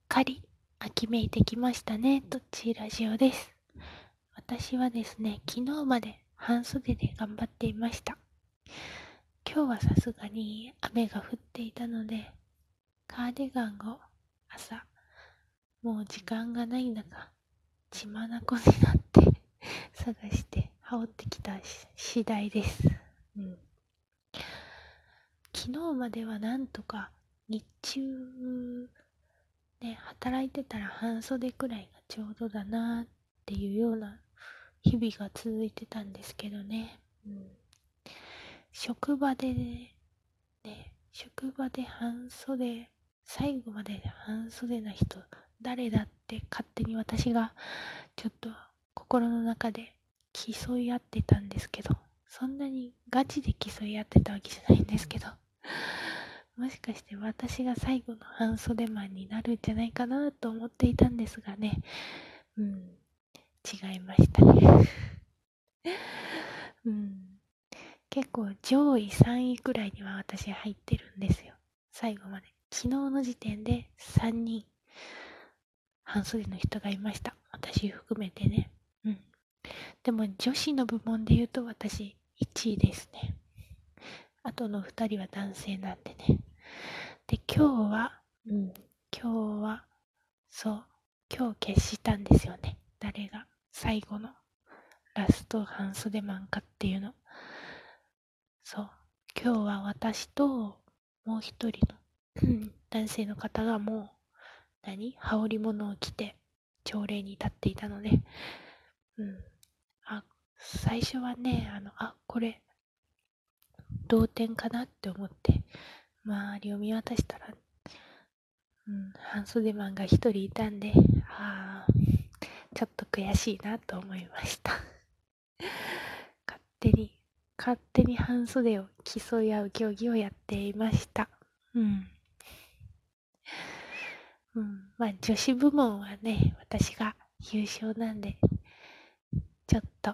かり秋めいてきましたね。とっちラジオです。私はですね、昨日まで半袖で頑張っていました。今日はさすがに雨が降っていたので、カーディガンを朝、もう時間がない中、血眼になって探して羽織ってきた次第です。昨日まではなんとか日中ね、働いてたら半袖くらいがちょうどだなっていうような日々が続いてたんですけどね。職場で半袖、最後まで半袖な人誰だって勝手に私がちょっと心の中で競い合ってたんですけど、そんなにガチで競い合ってたわけじゃないんですけど、もしかして私が最後の半袖マンになるんじゃないかなと思っていたんですがね、違いましたね。結構上位3位くらいには私入ってるんですよ。最後まで。昨日の時点で3人半袖の人がいました。私含めてね。でも女子の部門で言うと私1位ですね。あとの2人は男性なんでね。で、今日は、今日決したんですよね。誰が最後のラスト半袖マンかっていうの。今日は私ともう一人の男性の方がもう羽織物を着て朝礼に立っていたので、最初はね、これ同点かなって思って周りを見渡したら、半袖マンが一人いたんで、ちょっと悔しいなと思いました。勝手に半袖を競い合う競技をやっていました。まあ女子部門はね、私が優勝なんで、ちょっと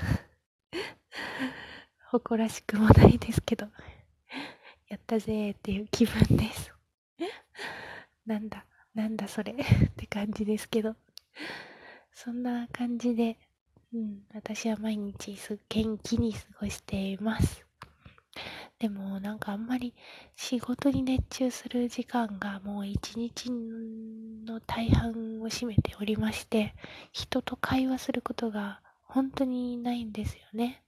誇らしくもないですけど、やったぜーっていう気分です。なんだそれって感じですけど、そんな感じで、私は毎日元気に過ごしています。でもなんかあんまり仕事に熱中する時間がもう一日の大半を占めておりまして、人と会話することが本当にないんですよね。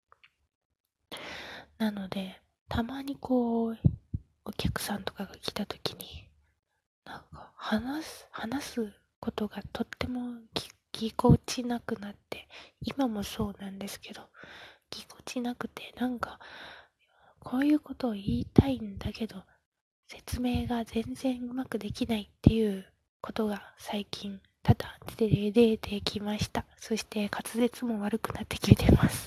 なので、たまにお客さんとかが来た時に、なんか話すことがとってもぎこちなくなって、今もそうなんですけど、ぎこちなくて、なんか、こういうことを言いたいんだけど、説明が全然うまくできないっていうことが最近多々出てきました。そして滑舌も悪くなってきてます。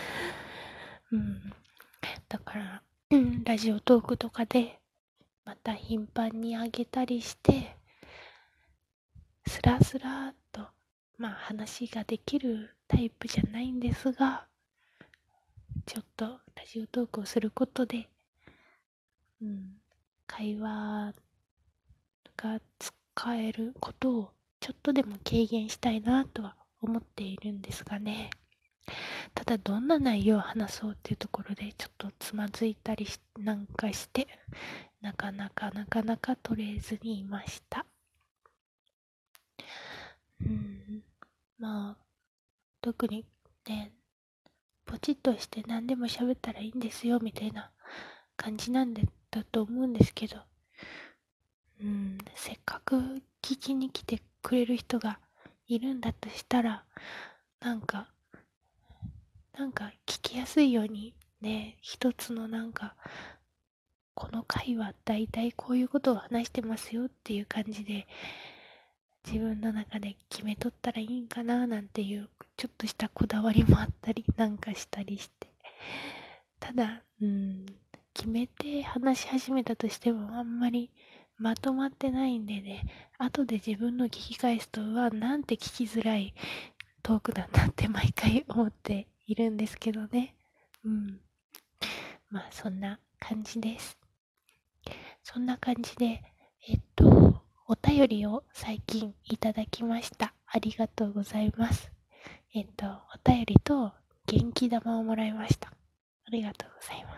だから、ラジオトークとかでまた頻繁にあげたりして、スラスラと話ができるタイプじゃないんですが、ちょっとラジオトークをすることで、会話が使えることをちょっとでも軽減したいなとは思っているんですがね。ただどんな内容を話そうっていうところでちょっとつまずいたりなんかして、なかなか取れずにいました。特にね、ポチッとして何でも喋ったらいいんですよみたいな感じだと思うんですけど、せっかく聞きに来てくれる人がいるんだとしたら、なんか聞きやすいようにね、一つのこの回はだいたいこういうことを話してますよっていう感じで自分の中で決めとったらいいんかななんていうちょっとしたこだわりもあったりなんかしたりして、ただ決めて話し始めたとしてもあんまりまとまってないんでね、後で自分の聞き返すとなんて聞きづらいトークだなって毎回思っているんですけどね。そんな感じです。そんな感じで、 お便りを最近いただきました。ありがとうございます。お便りと元気玉をもらいました。ありがとうございます。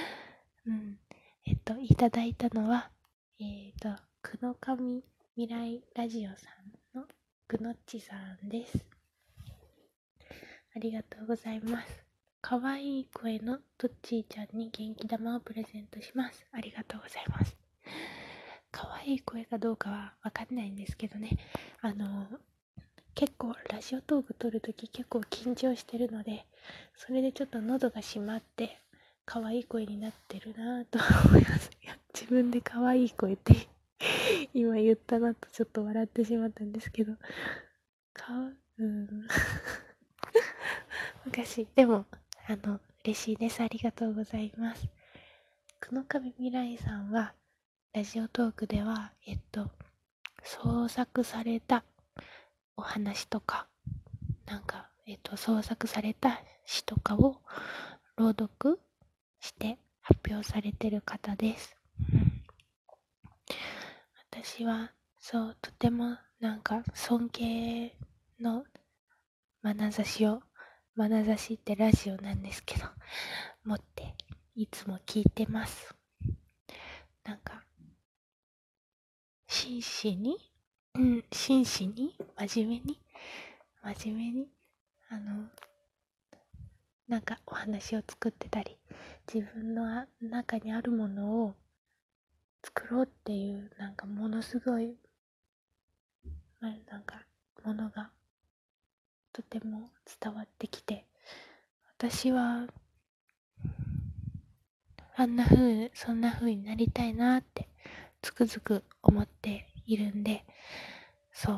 いただいたのは、くのかみ未来ラジオさんのくのっちさんです。ありがとうございます。かわいい声のトッチーちゃんに元気玉をプレゼントします。ありがとうございます。かわいい声かどうかはわかんないんですけどね。結構ラジオトーク撮るとき結構緊張してるので、それでちょっと喉が閉まって可愛い声になってるなぁと思います。いや、自分で可愛い声って今言ったなとちょっと笑ってしまったんですけど、昔でも嬉しいです。ありがとうございます。くのかみ未来さんはラジオトークでは創作されたお話とか創作された詩とかを朗読して発表されてる方です。私はとても尊敬の眼差しってラジオなんですけど、持っていつも聞いてます。真摯に、真摯に、真面目に、お話を作ってたり、自分の中にあるものを作ろうっていう、ものすごい、ものがとても伝わってきて、私は、そんな風になりたいなって、つくづく思っているんで、そう、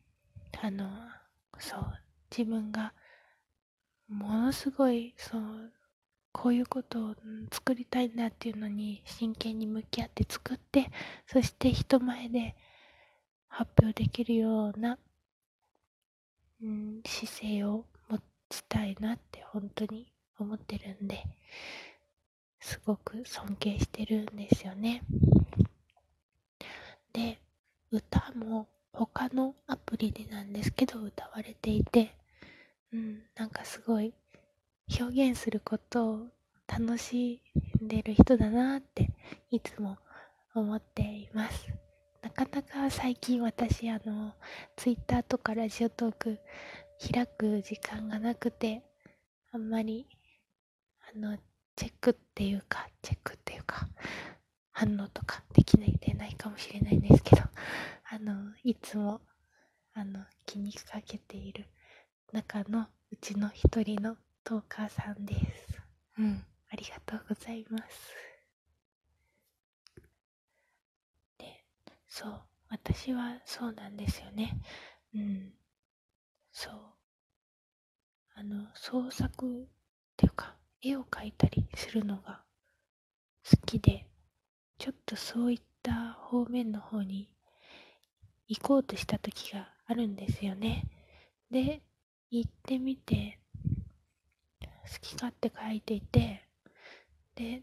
自分が、ものすごい、こういうことを作りたいんだっていうのに真剣に向き合って作って、そして人前で発表できるような、姿勢を持ちたいなって本当に思ってるんで、すごく尊敬してるんですよね。で、歌も他のアプリでなんですけど歌われていて、すごい表現することを楽しんでる人だなっていつも思っています。なかなか最近私ツイッターとかラジオトーク開く時間がなくて、あんまりチェックっていうか反応とかできないでないかもしれないんですけど、いつも気にかけている中のうちの一人のトーカーさんです。ありがとうございます。で、私はそうなんですよね。創作っていうか絵を描いたりするのが好きで、ちょっとそういった方面の方に行こうとした時があるんですよね。で、行ってみて好き勝手描いていて、で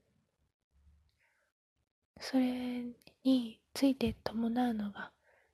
それについて伴うのが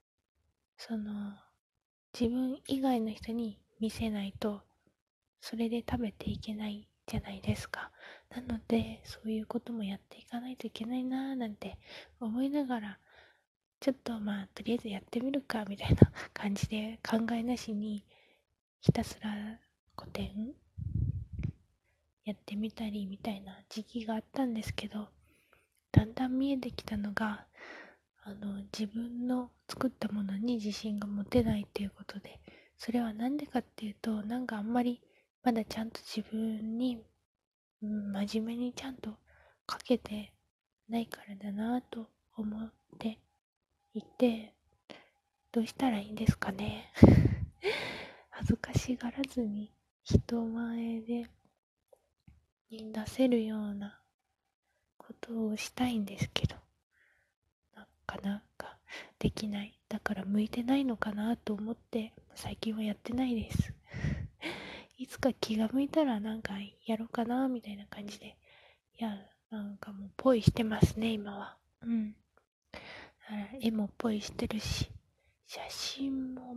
自分以外の人に見せないとそれで食べていけないじゃないですか。なのでそういうこともやっていかないといけないなーなんて思いながら、ちょっととりあえずやってみるかみたいな感じで考えなしにひたすら古典やってみたりみたいな時期があったんですけど、だんだん見えてきたのが自分の作ったものに自信が持てないっていうことで、それはなんでかっていうと、あんまりまだちゃんと自分に、真面目にちゃんとかけてないからだなと思っていて、どうしたらいいんですかね。恥ずかしがらずに人前でに出せるようなことをしたいんですけど、なかなかできない。だから向いてないのかなと思って最近はやってないです。いつか気が向いたらやろうかなみたいな感じで、いや、もうポイしてますね今は。 だから絵もポイしてるし、写真も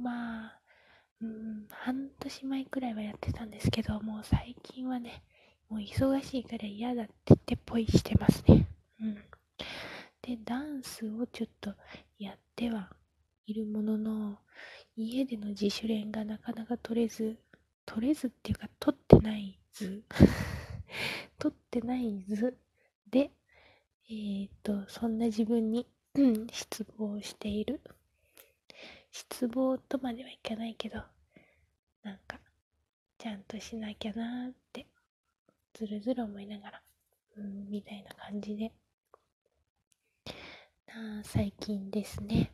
半年前くらいはやってたんですけど、もう最近はね、もう忙しいから嫌だって言ってポイしてますね。で、ダンスをちょっとやってはいるものの、家での自主練がなかなか取れずっていうか、取ってない図で、そんな自分に、失望している。失望とまではいかないけど、なんか、ちゃんとしなきゃなーって、ずるずる思いながら、みたいな感じで、最近ですね。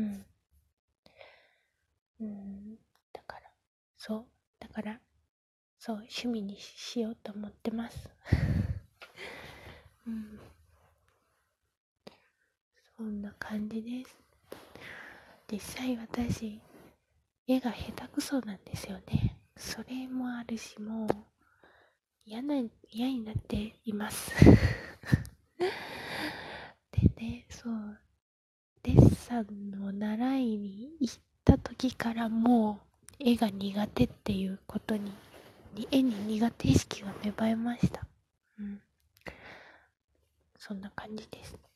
だから、そう、だから、そう、趣味にしようと思ってます。そんな感じです。実際私、絵が下手くそなんですよね。それもあるし、もう、嫌になっています。でね、そう、デッサンを習いに行った時からもう、絵が苦手っていうことに、絵に苦手意識が芽生えました。そんな感じです。